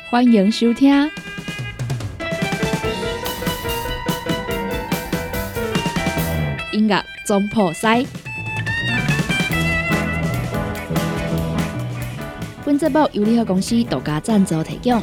欢迎收听。音乐总铺师，本节目由联合公司独家赞助提供。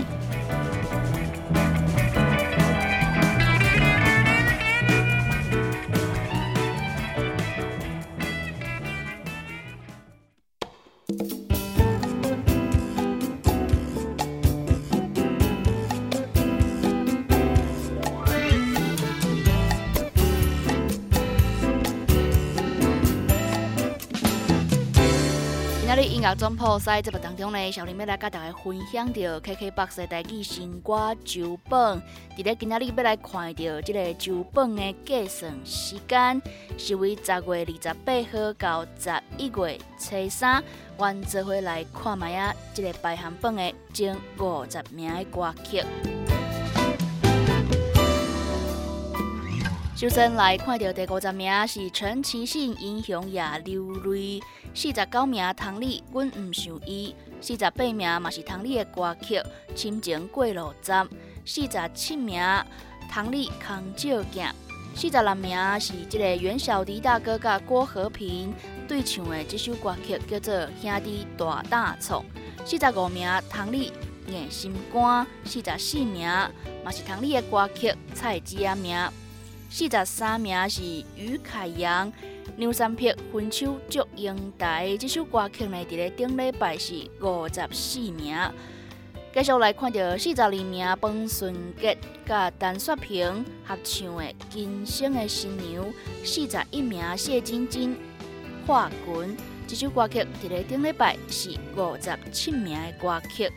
音乐总铺师节目当中呢，小林要来甲大家分享到 KKBOX 的台语新歌周榜。伫咧今仔日要来看到这个周榜的计算时间，是为10月28号到11月初3，阮做伙来看卖啊，这个排行榜的前50名的歌曲。首先来看到第50名是陈绮信《英雄也流泪》，49名唐丽《阮毋想伊》，48名嘛是唐丽的歌曲《深情过路站》，47名唐丽《空照镜》，46名是这个袁小迪大哥甲郭和平对唱的这首歌曲叫做《兄弟大打创》，45名唐丽《硬心肝》，44名嘛是唐丽的歌曲《菜籽仔名》。43名是于凯阳、梁山泊分手祝英台这首歌曲呢，伫咧顶礼拜是54名。继续来看到42名方顺杰甲陈雪萍合唱的《今生的新娘》，41名谢晶晶、画群这首歌曲伫咧顶礼拜是57名的歌曲。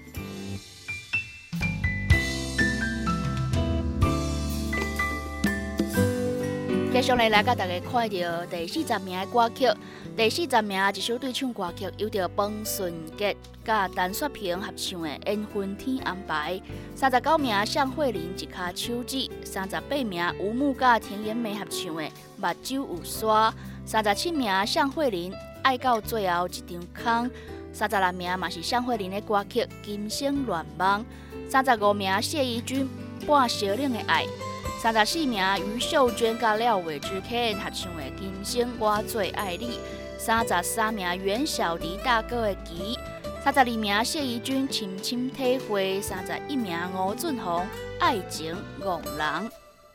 继续来甲大家看到第40名的歌曲，第40名一首对唱歌曲，由着方顺杰甲陈雪萍合唱的《缘分天安排》；39名向慧琳一卡手指；38名吴木甲田妍美合唱的《目睭有沙》；37名向慧琳爱到最后一张空；36名嘛是向慧琳的歌曲《今生恋梦》；35名谢怡君《半烧冷的爱》。34名于秀娟甲廖伟之 K N 合唱的《今生我最爱你》，33名袁小迪大哥的《旗》，32名谢怡君深深体会，31名吴俊宏《爱情戆人》。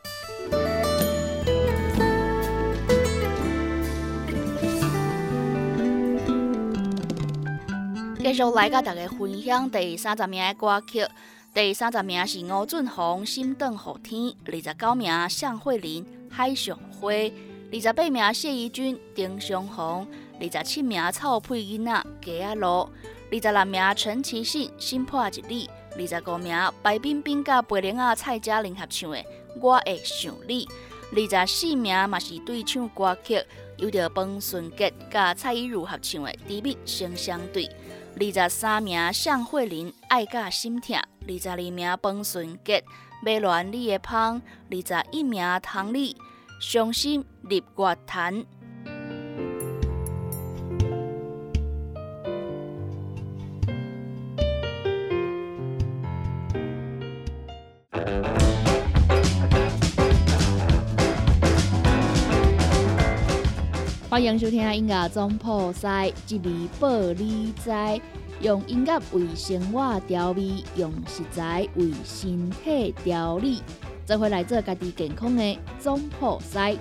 继续来甲大家分享第30名的歌曲。第30名是吴俊宏《心转雨天》，29名向慧琳《海上花》，28名谢怡君《丁香红》，27名臭屁囡仔《街仔路》，26名陈绮信《心破一里》，25名白冰冰甲培玲仔蔡嘉玲合唱的《我会想你》，24名嘛是对唱歌曲，由着方顺杰甲蔡依如合唱的《甜蜜成双对》。23名向慧琳爱甲心痛，22名方顺杰买乱你的芳，21名唐丽伤心入乐坛。欢迎收听音乐总铺师，一味报你知，用音乐为生活调味，用食材为身体调理，做伙来做家己健康的总铺师。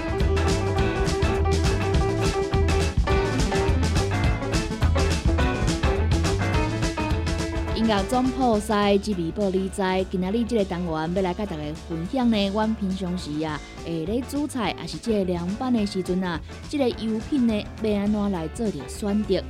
音乐总铺师一味报你知，今仔日这个单元要来甲大家分享呢，阮平常时会咧煮菜，也是这个凉拌的时阵这个油品呢要安怎来做着选择？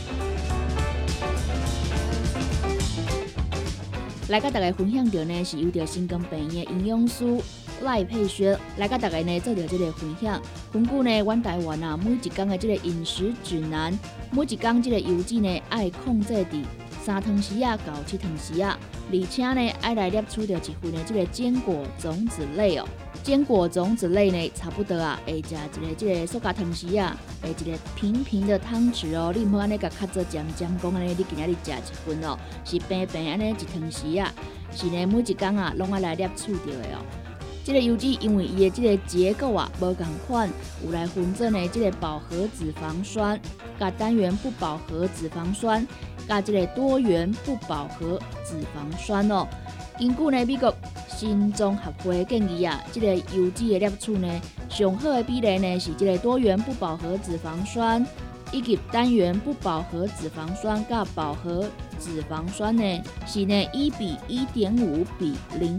来甲大家分享到呢，是由着心肝病院的营养师赖佩萱来甲大家呢做着这个分享。根据呢，阮台湾每一天的这个饮食指南，每一天这个油脂呢爱控制伫3汤匙到7汤匙，而且呢爱来摄取到一份的这个坚果种子类哦。 坚果种子类呢，差不多啊，会食这个塑胶汤匙啊，会一个平平的汤匙哦。你唔好安尼甲较做尖尖讲安尼，你今仔日食一份哦，是平平安尼一汤匙啊，是呢每一工啊，拢爱来摄取到的哦。这个油脂因为伊的这个结构啊无同款，有来分做呢这个饱和脂肪酸、甲单元不饱和脂肪酸、甲这个多元不饱和脂肪酸哦。根据呢美国心脏学会建议啊，这个油脂的摄取呢，上好的比例呢是这个多元不饱和脂肪酸以及单元不饱和脂肪酸甲饱和脂肪酸呢是呢1:1.5比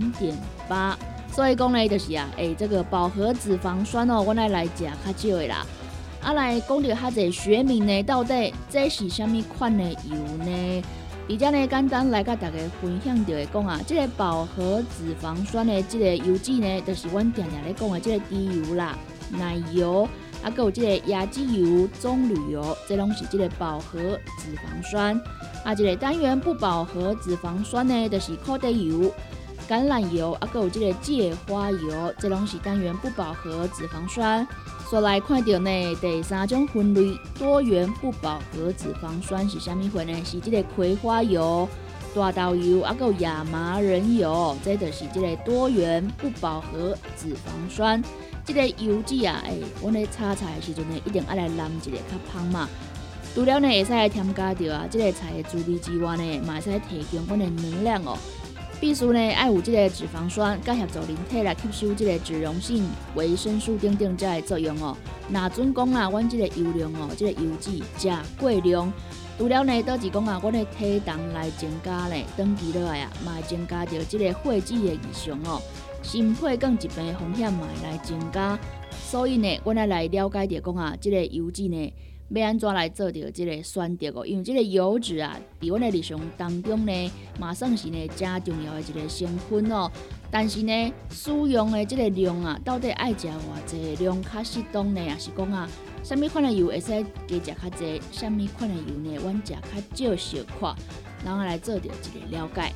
0.8。所以讲呢，就是啊，这个饱和脂肪酸哦，我来食较少的啦。啊，来讲到较侪学名呢，到底这是啥物款的油呢？而且呢，简单来甲大家分享到的讲啊，这个饱和脂肪酸的这个油脂呢，就是阮常常咧讲的这个猪油啦、奶油，啊，还有这个椰子油、棕榈油，这拢是这个饱和脂肪酸。啊，这个单元不饱和脂肪酸呢，就是苦地油、橄榄油，啊，还有这个芥花油，这拢是单元不饱和脂肪酸。所来看到呢，第三种分类多元不饱和脂肪酸是啥物货呢？是这个葵花油、大豆油，啊，还有亚麻仁油，这就是这个多元不饱和脂肪酸。这个油脂啊，阮咧炒菜的时阵呢，一定爱来淋一个较香嘛。除了呢，会使添加到啊，这个菜的滋味之外呢，嘛会使提供阮的能量哦。必须呢，爱有这个脂肪酸，甲协助人体来吸收这个脂溶性维生素等等这的作用哦。那准讲啊，阮这个油量哦，这个油脂食过量，除了呢，倒是讲啊，阮的体重来增加呢，长期落来啊，嘛会增加到这个血脂的异常哦，心血管疾病的风险嘛会来增加。所以呢，阮来了解到讲啊，这个油脂呢，要安怎来做到这个选择哦？因为这个油脂啊，在阮的日常当中呢，嘛算是呢真重要的一个成分哦。但是呢，使用的这个量啊，到底爱食偌济量较适当呢？也是讲啊，什么款的油会使加食较济，什么款的油呢，阮食较少小看，然后来做到一个了解。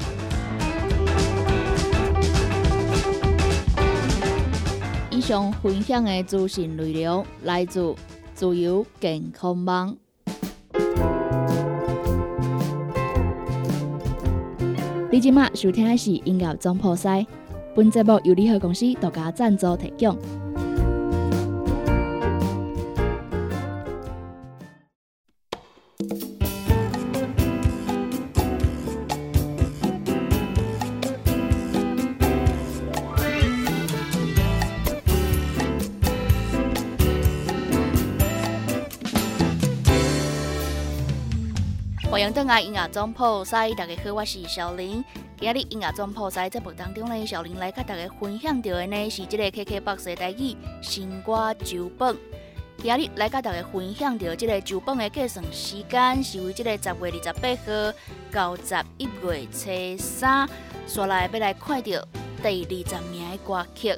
以上分享的资讯内容来自自由健康网。你即马收听的是音乐总铺师，本节目由联合公司独家赞助提供。欢迎回来音乐总铺师，大家好，我是小玲。今日音乐总铺师节目当中呢，小玲来跟大家分享到的呢是这个 KKBOX 的台语新歌周榜。今日来跟大家分享到这个周榜的计算时间是为这个10月28号到11月初3，所来要来看到第20名的歌曲。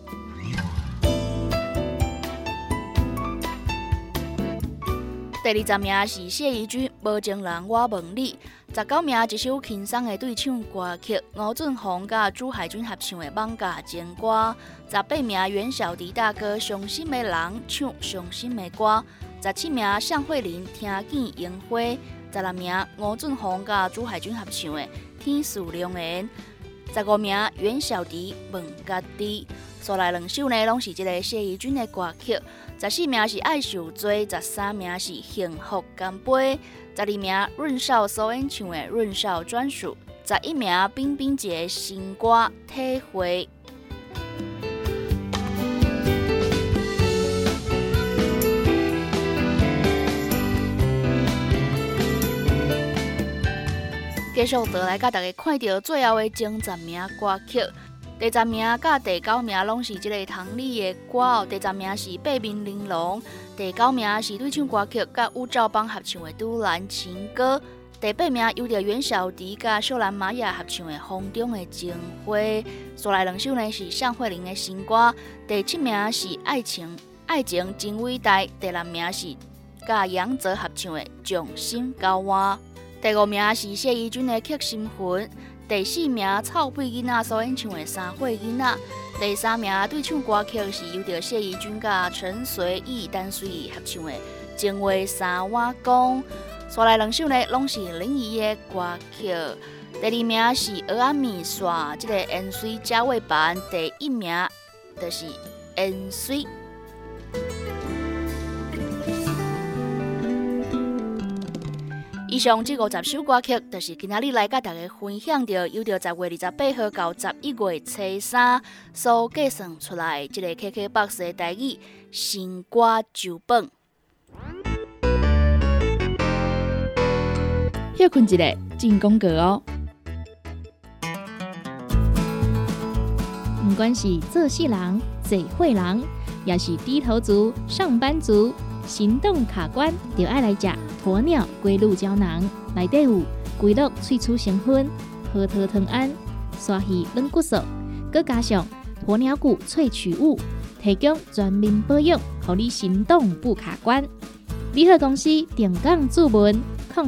第20名是谢宜君《无情人我问你》，19名一首轻松的对唱歌曲，吴俊宏甲朱海军合唱的《放假情歌》；18名袁小迪大哥《伤心的人》唱伤心的歌；17名向慧琳《听见樱花》；16名吴俊宏甲朱海军合唱的《天赐良缘》；15名袁小迪《问家己》。所来2首呢，拢是这个谢宜君的歌曲。14名是爱受罪，13名是幸福干杯，12名润少所演唱的润少专属，11名冰冰姐新歌体会。继续就来甲大家看到最后的前10名歌曲。第10名甲第9名拢是这个唐丽的歌哦，第10名是八面玲珑，第9名是对唱歌曲甲吴兆邦合唱的《都兰情歌》，第8名由着袁小迪甲秀兰玛雅合唱的《风中的情花》。所来2首呢是向慧琳的新歌，第7名是爱情真伟大，第6名是甲杨泽合唱的《匠心交换》。第5名是谢宜君的《刻心魂》， 第4名臭屁囡仔所演唱的《三岁囡仔》，第3名对唱歌曲是由着谢宜君甲陈随意单随合唱的《情话三碗公》。刷来2首呢，拢是林忆的歌曲。第2名是蚵仔面线，这个盐水加味版。第1名就是盐水。以上这50首歌曲，就是今仔日来甲大家分享到，由着10月28号到11月初3所计算出来这个 KKBOX 的台语新歌周榜。休困一下，进广告哦。 不管是做事人、做伙人，也是低头族、上班族，行动卡关就爱来吃鸵鸟龟鹿胶囊。内底有龟鹿萃取成分、核桃藤胺、鲨鱼软骨素，佮加上鸵鸟骨萃取物，提供全面保养，让你行动不卡关。联合公司定岗注文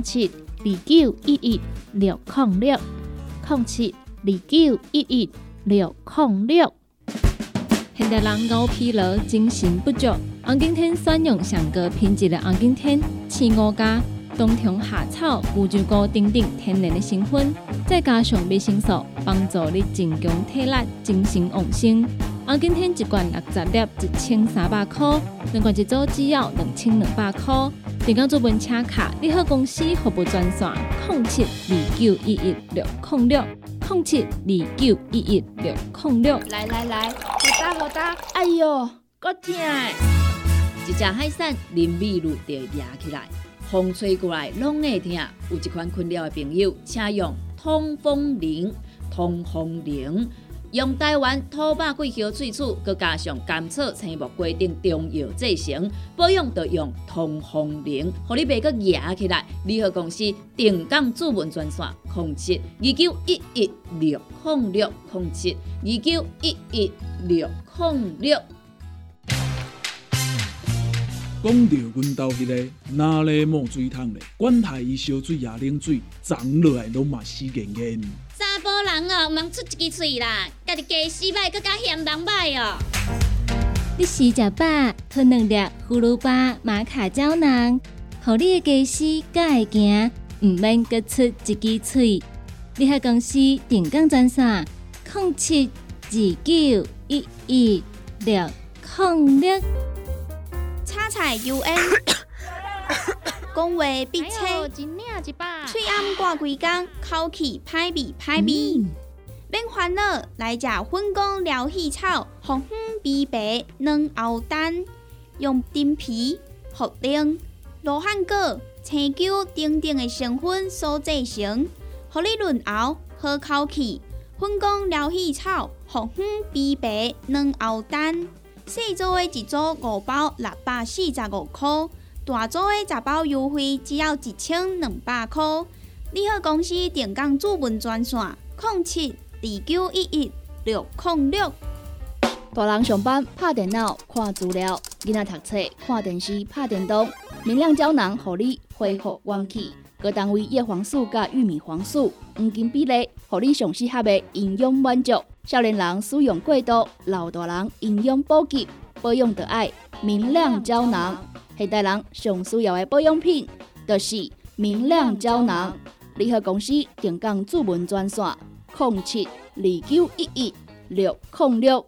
072116060729116006。 现代人熬疲劳、精神不足，红景天选用上高品质的红景天青5加，冬虫夏草、乌鸡菇等等天然的成分，再加上维生素，帮助你增强体力、精神旺盛。红景天一罐60粒，1300块；2罐一组只要2200块。订购做文车卡，联合公司服务专线07291160060729116006。 来，好打，哎哟，够痛！ 一只海扇淋米露就压起来，风吹过来拢会痛。有一款困扰的朋友，请用通风灵。用台湾土白桂花萃取，佮加上甘草、青木、规定中药制成，保养就用通风灵，互你袂佮压起来。联合公司定岗主文专线07291160060729116006。 讲到阮兜迄个哪里冒水桶咧，管他伊烧水也冷水，长落来拢嘛死严严。 查甫人哦，毋通出一支喙啦，家己家洗歹，佮加嫌人歹哦。 你时食饱，吞2粒葫芦巴、玛卡胶囊，互你的家洗才会行，毋免佮出一支喙。联合公司定岗专线0729116006。 炒菜 UN， 讲话必切，嘴暗挂规工，口气歹味。免烦恼，来食粉公疗气草，红粉枇杷软喉丹，用陈皮、茯苓、罗汉果、青椒等等的成分所制成，互你润喉好口气。粉公疗气草，红粉枇杷软喉丹。细组的一组5包645块，大组的10包优惠只要1200块。联合公司定岗主文专线0729116006。 大人上班拍电脑看资料，囡仔读册看电视拍电动，明亮胶囊互你恢复元气。各单位叶黄素甲玉米黄素黄金比例，互你上适合的营养满足。少年人使用过度，老大人营养补给，保养就爱明亮胶囊。现代人上需要的保养品，就是明亮胶囊。联合公司定岗主文专线0729116006。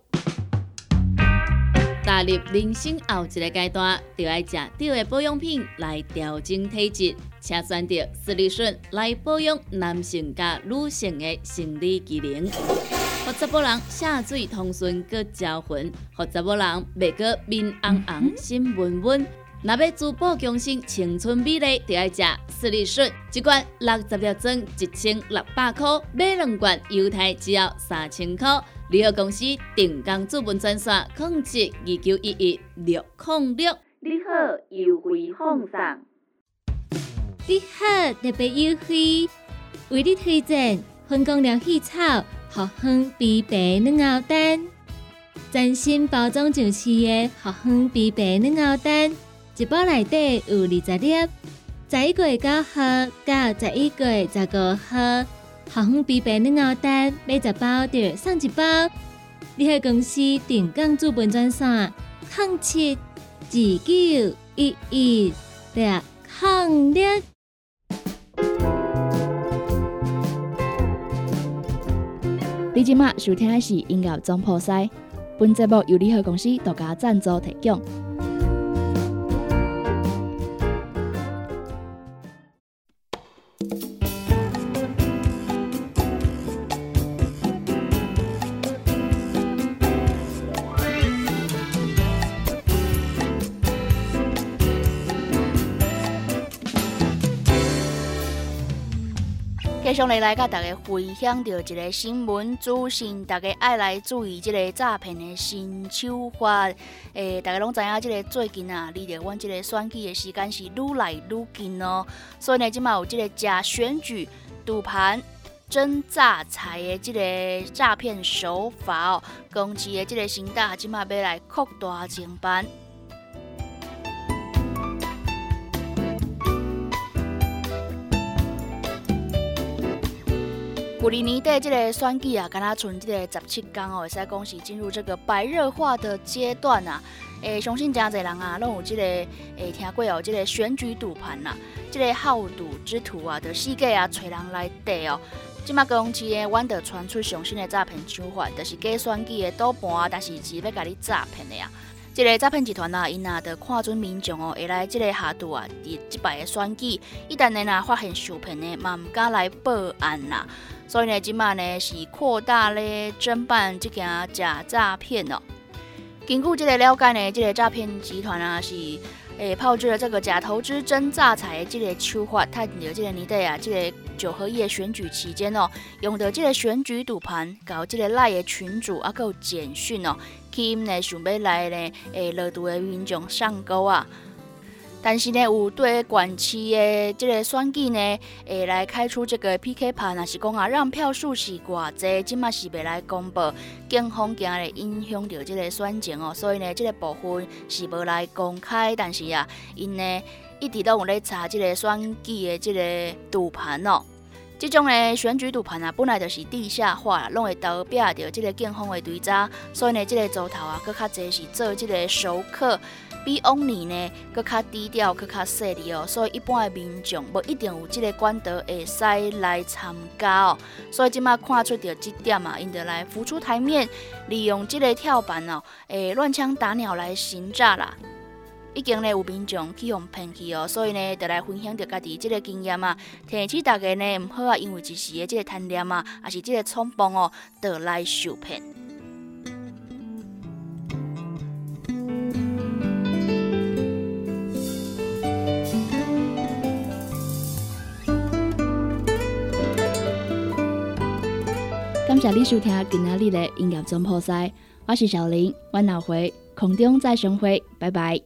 踏入人生后一个阶段，就要食对的保养品来调整体质，请选择斯利顺来保养男性加女性的生理机能。互查甫人下水通顺佮招魂，互查某人袂佮面红红、心温温。若要珠宝强身、青春美丽，就要食斯利顺，一罐60粒装1600块，买2罐犹太只要3000块。联合公司定岗主文专线0729116006。你好，优惠放送。 你好，特别优惠，为你推荐粉公疗气草、荷香枇杷软喉丹，全新包装上市的荷香枇杷软喉丹，一包内底有20粒，11月9号到11月15号， 校方比白嫩熬蛋买10包就送1包。联合公司定岗资本专线0729110606。 你即马收听的是音乐总铺师，本节目由联合公司独家赞助提供。继续来甲大家分享到一个新闻资讯，大家爱来注意这个诈骗的新手法。大家拢知影，这个最近啊，离着阮这个选举的时间是愈来愈近哦。所以呢，即马有这个假选举、赌盘、真诈财的这个诈骗手法哦，公司的这个声大即马要来扩大侦办。旧年年底这个选举啊，敢若剩这个17天哦，会使讲是进入这个白热化的阶段啊。相信真侪人啊，拢有这个听过哦，这个选举赌盘呐，这个好赌之徒啊，就四界啊找人来赌哦。即马公司呢，阮就传出上新的诈骗手法，就是假选举的赌盘啊，但是是要甲你诈骗的啊。这个诈骗集团啊，因啊就看准民众哦，会来这个下赌啊，伫即摆的选举，一旦呢若发现受骗的，嘛唔敢来报案啦。所以呢，即马呢是扩大咧侦办这件假诈骗哦。根据这个了解呢，这个诈骗集团啊是炮制了这个假投资真诈财的这个手法，趁着这个年底啊，这个9合1的选举期间哦，用到这个选举赌盘，搞这个赖的群主啊，还有简讯哦，去呢想要来呢落赌的民众上钩啊。但是呢，有对管区的这个选举呢，来开出这个 PK 盘，也是讲啊，让票数是偌济，即马是袂来公布，警方惊咧影响到这个选情哦，所以呢，这个部分是无来公开，但是啊，因呢一直都有咧查这个选举的这个赌盘哦。这种的选举赌盘啊，本来就是地下化，拢会投壁着这个警方的追查，所以呢，这个组头啊，搁较济是做这个熟客。比往年呢，搁较低调，搁较细腻哦，所以一般的民众无一定有这个管道会使来参加哦。所以即马看出到这点啊，因就来浮出台面，利用这个跳板哦，乱枪打鸟来行诈啦。已经呢有民众去互骗去哦，所以呢，就来分享着家己这个经验啊，提醒大家呢，唔好啊，因为一时的这个贪念啊，也是这个冲动哦，就来受骗。感谢你收听今仔日的音乐总铺师，我是小林，阮后回空中再相会，拜拜。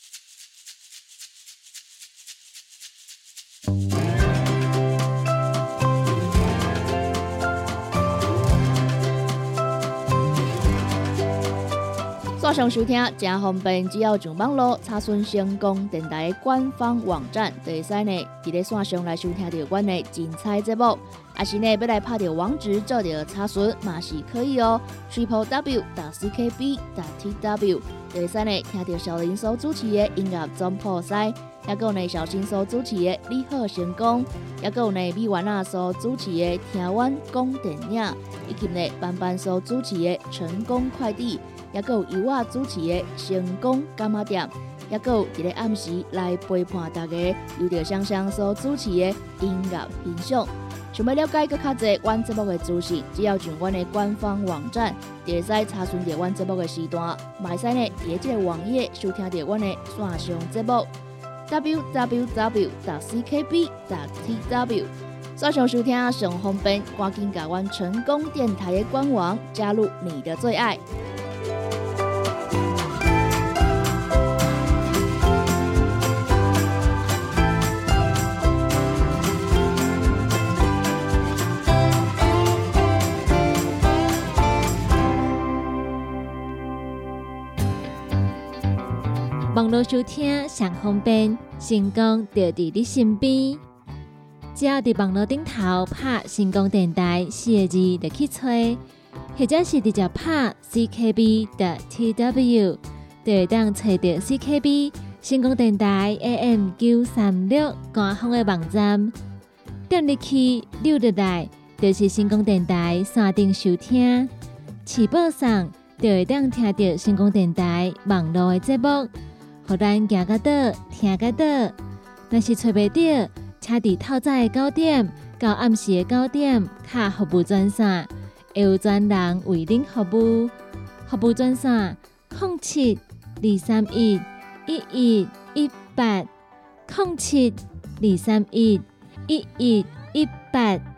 线上收听真方便，只要上网络查询成功电台的官方网站，就会使呢伫咧线上来收听到阮的精彩节目。也是呢，要来拍到网址做到查询嘛是可以哦。www.ckb.tw 就会使呢听到小林所主持的音乐总铺师，也有呢小新所主持的你好成功，也有呢美元啊所主持的听阮讲电影，以及呢班班所主持的成功快递。也有由我主持的成功柑仔店，也有伫咧暗时来陪伴大家，由着香香所主持的音乐欣赏。想要了解更较侪阮节目的资讯，只要上阮的官方网站，就会使查询到阮节目的时段，嘛会使呢伫咧即个网页收听到阮的线上节目 www.ckb.tw。线上收听上方便，赶紧甲阮成功电台的官网加入你的最爱。 网络收听上方便，成功就伫你身边。 只要伫网络顶头拍成功电台4个字就去找，或者是直接拍 ckb.tw， 就会当找到 CKB 成功电台 AM936 官方的网站。点入去溜入来，就是成功电台山顶收听，起报上就会当听到成功电台网络的节目，互咱行到倒，听到倒。若是找袂到，请伫透早的9点到暗时的9点，敲服务专线，会有专人为您服务。服务专线07-231-1118 07-231-1118。